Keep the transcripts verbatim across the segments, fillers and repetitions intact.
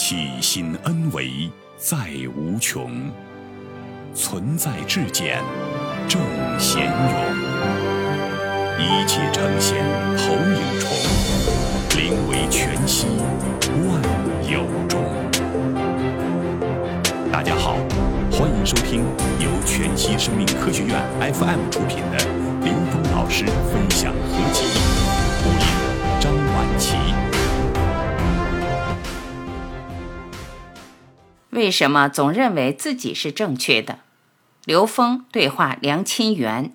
起心恩为在无穷，存在至简正贤勇。一切呈现投影重，灵为全息万有中。大家好，欢迎收听由全息生命科学院 F M 出品的刘峰老师分享合集，播音张婉琪。 为什么总认为自己是正确的？刘峰对话梁清源。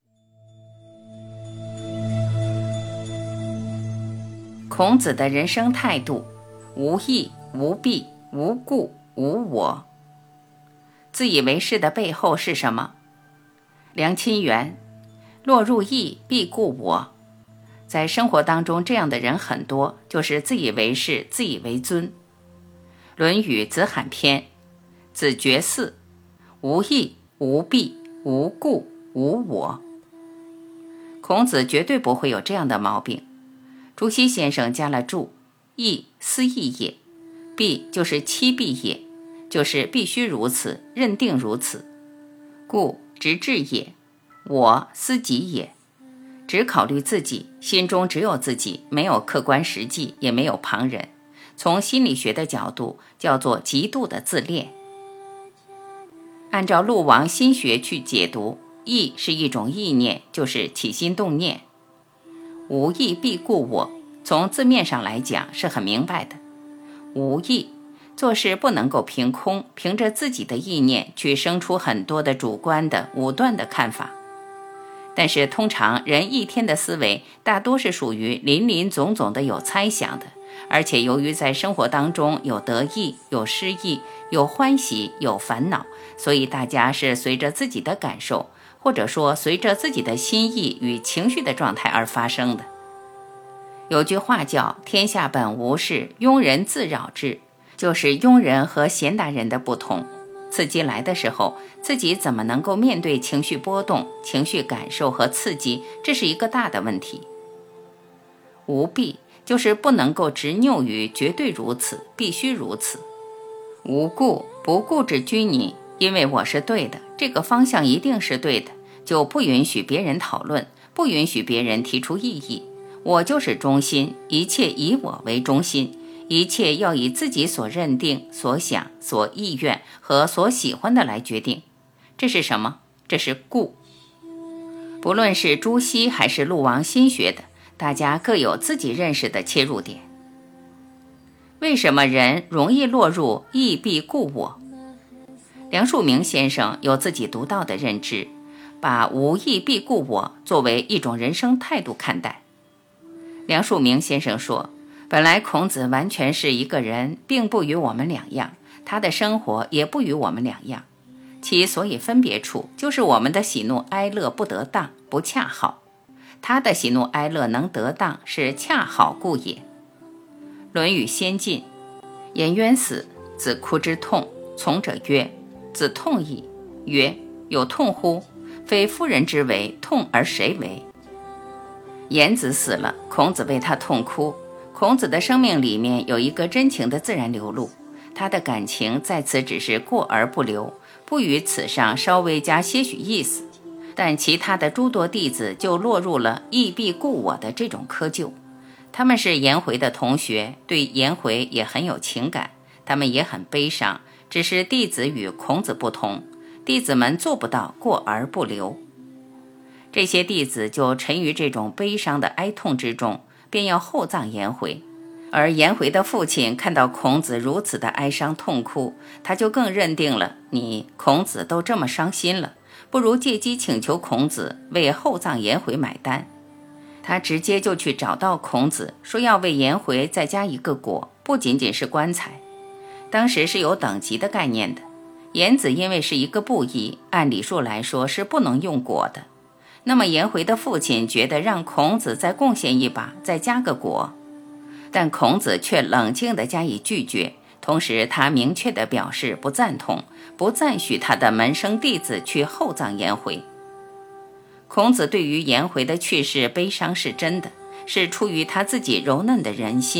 孔子的人生态度：无义、无弊、无故、无我。自以为是的背后是什么？梁清源：落入义必固我。在生活当中，这样的人很多，就是自以为是、自以为尊。论语子罕篇，子绝嗣，无义、无弊、无故、无我。孔子绝对不会有这样的毛病。朱熹先生加了注：义思义也，弊就是欺弊也，就是必须如此，认定如此。故直至也，我思己也，只考虑自己，心中只有自己，没有客观实际，也没有旁人。从心理学的角度，叫做极度的自恋。按照陆王心学去解读，意是一种意念，就是起心动念。无意必固我，从字面上来讲是很明白的。无意，做事不能够凭空，凭着自己的意念去生出很多的主观的武断的看法。但是通常人一天的思维大多是属于林林总总的有猜想的，而且由于在生活当中有得意、有失意、有欢喜、有烦恼，所以大家是随着自己的感受，或者说随着自己的心意与情绪的状态而发生的。有句话叫天下本无事，庸人自扰之，就是庸人和贤达人的不同。刺激来的时候，自己怎么能够面对情绪波动、情绪感受和刺激，这是一个大的问题。无弊，就是不能够执拗于绝对如此，必须如此。无故，不固执拘泥，因为我是对的，这个方向一定是对的，就不允许别人讨论，不允许别人提出异议。我就是中心，一切以我为中心，一切要以自己所认定、所想、所意愿和所喜欢的来决定。这是什么？这是固。不论是朱熹还是陆王心学的，大家各有自己认识的切入点。为什么人容易落入义必固我？梁漱溟先生有自己独到的认知，把无义必固我作为一种人生态度看待。梁漱溟先生说，本来孔子完全是一个人，并不与我们两样，他的生活也不与我们两样，其所以分别处，就是我们的喜怒哀乐不得当，不恰好。他的喜怒哀乐能得当，是恰好故也。论语先进，颜渊死，子哭之痛，从者曰：子痛矣。曰：有痛乎？非夫人之为，痛而谁为？颜子死了，孔子为他痛哭。孔子的生命里面有一个真情的自然流露，他的感情在此只是过而不流，不与此上稍微加些许意思。但其他的诸多弟子就落入了义必固我的这种窠臼。他们是颜回的同学，对颜回也很有情感，他们也很悲伤，只是弟子与孔子不同，弟子们做不到过而不流。这些弟子就沉于这种悲伤的哀痛之中，便要厚葬颜回。而颜回的父亲看到孔子如此的哀伤痛哭，他就更认定了，你孔子都这么伤心了，不如借机请求孔子为厚葬颜回买单。他直接就去找到孔子，说要为颜回再加一个椁，不仅仅是棺材。当时是有等级的概念的，颜子因为是一个布衣，按礼数来说是不能用椁的。那么颜回的父亲觉得让孔子再贡献一把，再加个椁，但孔子却冷静地加以拒绝，同时他明确地表示不赞同，不赞许他的门生弟子去厚葬颜回。孔子对于颜回的去世悲伤是真的，是出于他自己柔嫩的人心，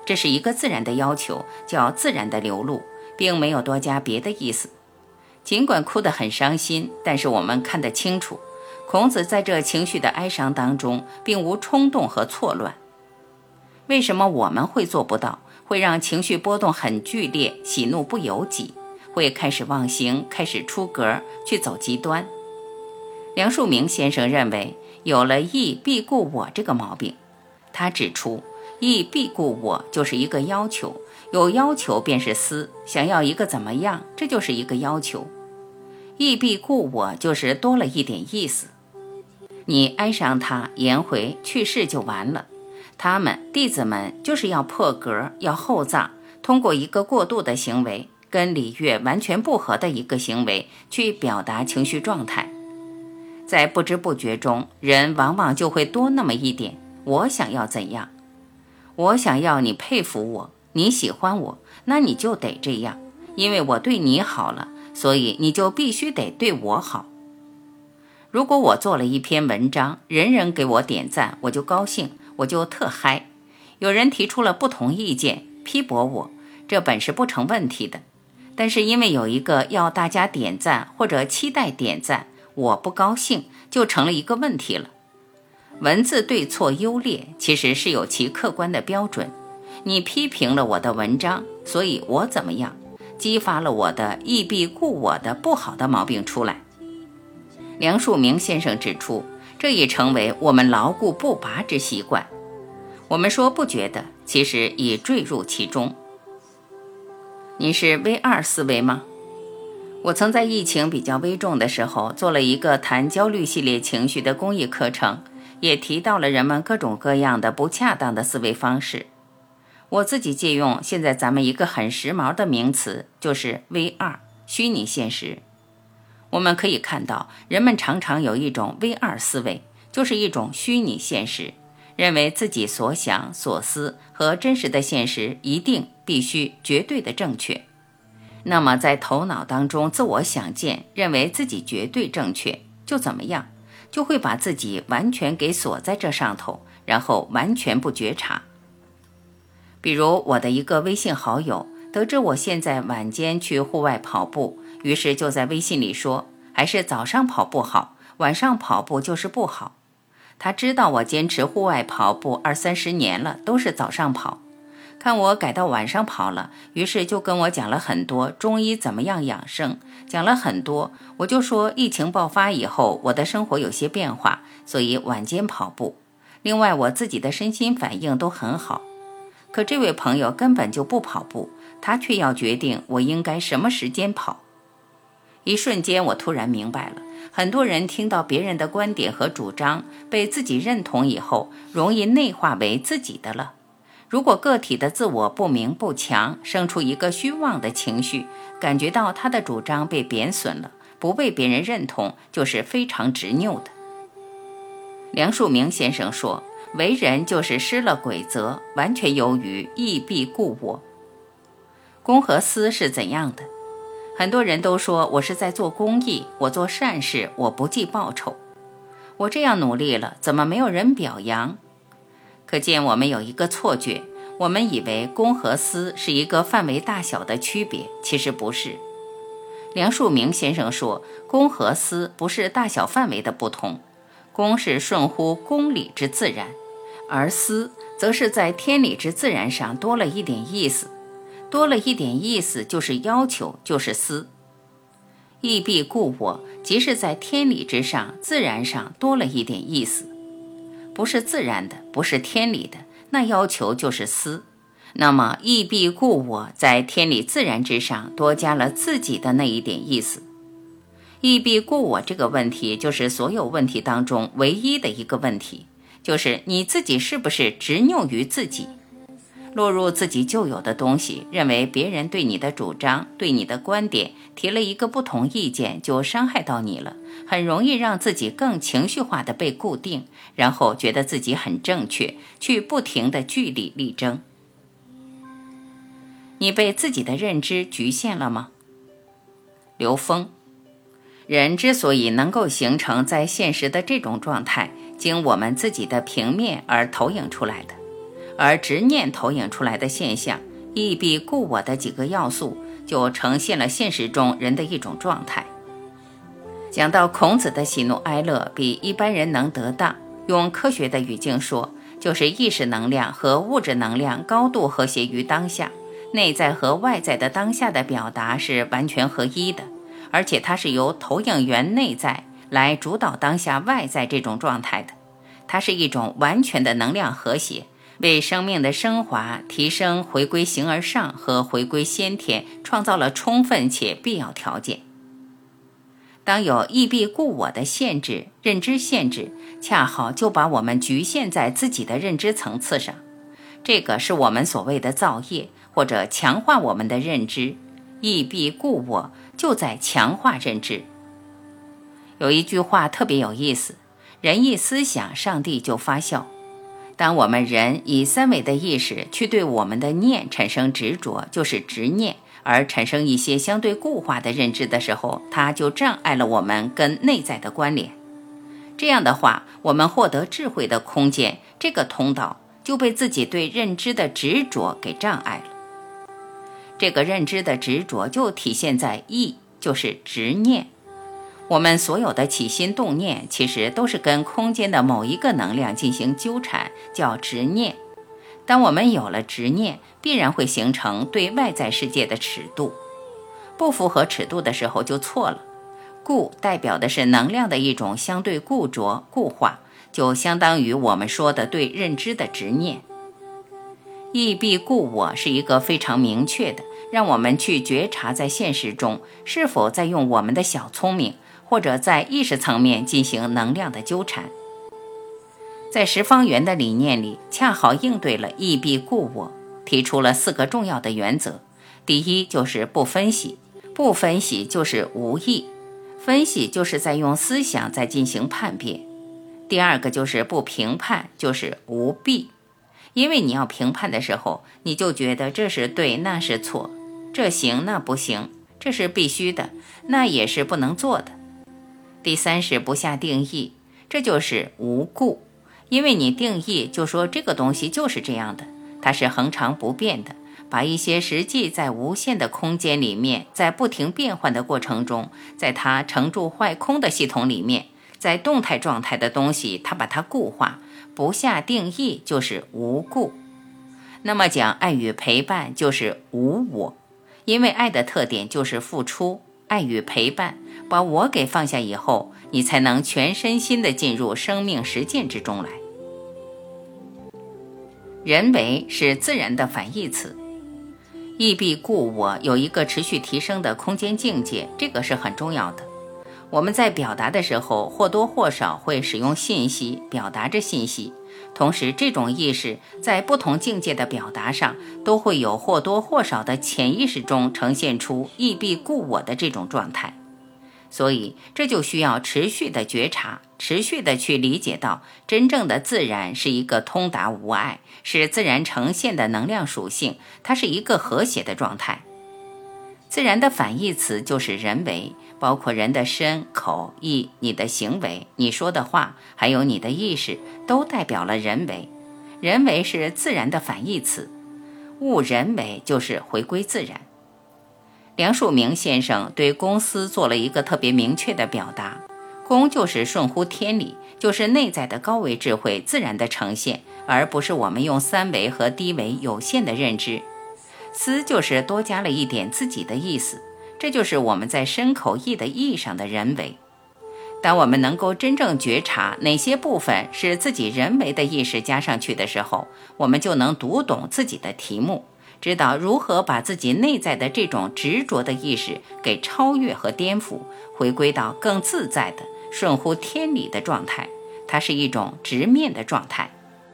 这是一个自然的要求，叫自然的流露，并没有多加别的意思。尽管哭得很伤心，但是我们看得清楚，孔子在这情绪的哀伤当中并无冲动和错乱。为什么我们会做不到，会让情绪波动很剧烈，喜怒不由己，会开始忘形，开始出格，去走极端？梁漱溟先生认为有了义必固我这个毛病。他指出，义必固我就是一个要求，有要求便是思，想要一个怎么样，这就是一个要求。义必固我就是多了一点意思。你哀伤他，颜回去世就完了，他们弟子们就是要破格，要厚葬，通过一个过度的行为，跟礼乐完全不合的一个行为去表达情绪状态。在不知不觉中，人往往就会多那么一点，我想要怎样，我想要你佩服我，你喜欢我，那你就得这样，因为我对你好了，所以你就必须得对我好。如果我做了一篇文章，人人给我点赞，我就高兴，我就特嗨。有人提出了不同意见，批驳我，这本是不成问题的。但是因为有一个要大家点赞或者期待点赞，我不高兴，就成了一个问题了。文字对错优劣其实是有其客观的标准，你批评了我的文章，所以我怎么样，激发了我的义必固我的不好的毛病出来。梁漱溟先生指出，这已成为我们牢固不拔之习惯。我们说不觉得，其实已坠入其中。你是 V 二 思维吗？我曾在疫情比较危重的时候，做了一个谈焦虑系列情绪的公益课程，也提到了人们各种各样的不恰当的思维方式。我自己借用现在咱们一个很时髦的名词，就是 V 二 虚拟现实。我们可以看到，人们常常有一种 V 二 思维，就是一种虚拟现实，认为自己所想所思和真实的现实一定必须绝对的正确。那么在头脑当中自我想见，认为自己绝对正确，就怎么样，就会把自己完全给锁在这上头，然后完全不觉察。比如我的一个微信好友得知我现在晚间去户外跑步，于是就在微信里说，还是早上跑步好，晚上跑步就是不好。他知道我坚持户外跑步二三十年了，都是早上跑，看我改到晚上跑了，于是就跟我讲了很多中医怎么样养生，讲了很多。我就说疫情爆发以后，我的生活有些变化，所以晚间跑步。另外我自己的身心反应都很好。可这位朋友根本就不跑步，他却要决定我应该什么时间跑。一瞬间我突然明白了，很多人听到别人的观点和主张，被自己认同以后，容易内化为自己的了。如果个体的自我不明不强，生出一个虚妄的情绪，感觉到他的主张被贬损了，不被别人认同，就是非常执拗的。梁漱溟先生说，为人就是失了规则，完全由于义必固我。公和私是怎样的？很多人都说我是在做公益，我做善事，我不计报酬。我这样努力了，怎么没有人表扬？可见我们有一个错觉，我们以为公和私是一个范围大小的区别，其实不是。梁漱溟先生说，公和私不是大小范围的不同，公是顺乎公理之自然，而私则是在天理之自然上多了一点意思，多了一点意思就是要求，就是私。义必固我，即是在天理之上，自然上多了一点意思，不是自然的，不是天理的，那要求就是私。那么义必固我在天理自然之上多加了自己的那一点意思。义必固我这个问题，就是所有问题当中唯一的一个问题，就是你自己是不是执拗于自己，落入自己旧有的东西，认为别人对你的主张，对你的观点提了一个不同意见就伤害到你了，很容易让自己更情绪化的被固定，然后觉得自己很正确，去不停的据理力争。你被自己的认知局限了吗？刘峰，人之所以能够形成在现实的这种状态，经我们自己的平面而投影出来的， 而执念投影出来的现象，亦必故我的几个要素，就呈现了现实中人的一种状态。讲到孔子的喜怒哀乐比一般人能得当，用科学的语境说，就是意识能量和物质能量高度和谐于当下，内在和外在的当下的表达是完全合一的，而且它是由投影源内在来主导当下外在这种状态的，它是一种完全的能量和谐，为生命的升华、提升、回归形而上和回归先天创造了充分且必要条件。当有亦必故我的限制、认知限制，恰好就把我们局限在自己的认知层次上，这个是我们所谓的造业，或者强化我们的认知。亦必故我就在强化认知。有一句话特别有意思，人一思想，上帝就发笑。当我们人以三维的意识去对我们的念产生执着，就是执念，而产生一些相对固化的认知的时候，它就障碍了我们跟内在的关联。这样的话，我们获得智慧的空间，这个通道就被自己对认知的执着给障碍了。这个认知的执着就体现在意，就是执念。我们所有的起心动念，其实都是跟空间的某一个能量进行纠缠，叫执念。当我们有了执念，必然会形成对外在世界的尺度，不符合尺度的时候就错了。固代表的是能量的一种相对固着、固化，就相当于我们说的对认知的执念。亦必故我是一个非常明确的，让我们去觉察在现实中是否在用我们的小聪明，或者在意识层面进行能量的纠缠。在十方圆的理念里，恰好应对了亦必故我，提出了四个重要的原则。第一就是不分析，不分析就是无意，分析就是在用思想在进行判别。第二个就是不评判，就是无弊，因为你要评判的时候，你就觉得这是对，那是错，这行那不行，这是必须的，那也是不能做的。第三是不下定义，这就是无故，因为你定义就说这个东西就是这样的，它是恒常不变的，把一些实际在无限的空间里面，在不停变换的过程中，在它成住坏空的系统里面，在动态状态的东西，它把它固化，不下定义就是无故。那么讲爱与陪伴就是无我，因为爱的特点就是付出，爱与陪伴，把我给放下以后，你才能全身心地进入生命实践之中来。人为是自然的反义词，亦必故我有一个持续提升的空间境界，这个是很重要的。我们在表达的时候，或多或少会使用信息，表达着信息，同时这种意识在不同境界的表达上，都会有或多或少的潜意识中呈现出亦必故我的这种状态。所以这就需要持续的觉察，持续的去理解到，真正的自然是一个通达无碍，是自然呈现的能量属性，它是一个和谐的状态。自然的反义词就是人为，包括人的身、口、意，你的行为，你说的话，还有你的意识，都代表了人为。人为是自然的反义词，物人为就是回归自然。梁漱溟先生对公思做了一个特别明确的表达，公就是顺乎天理，就是内在的高维智慧自然的呈现，而不是我们用三维和低维有限的认知。思就是多加了一点自己的意思，这就是我们在身口意的意义上的人为。当我们能够真正觉察哪些部分是自己人为的意识加上去的时候，我们就能读懂自己的题目，知道如何把自己内在的这种执着的意识给超越和颠覆，回归到更自在的顺乎天理的状态，它是一种直面的状态。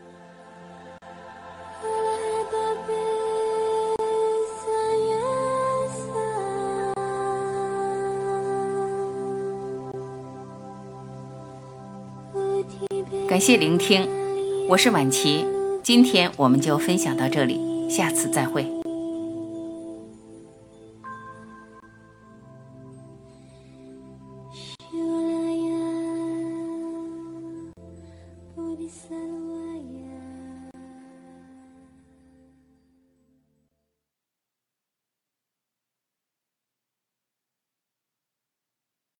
感谢聆听，我是婉琪，今天我们就分享到这里，下次再会。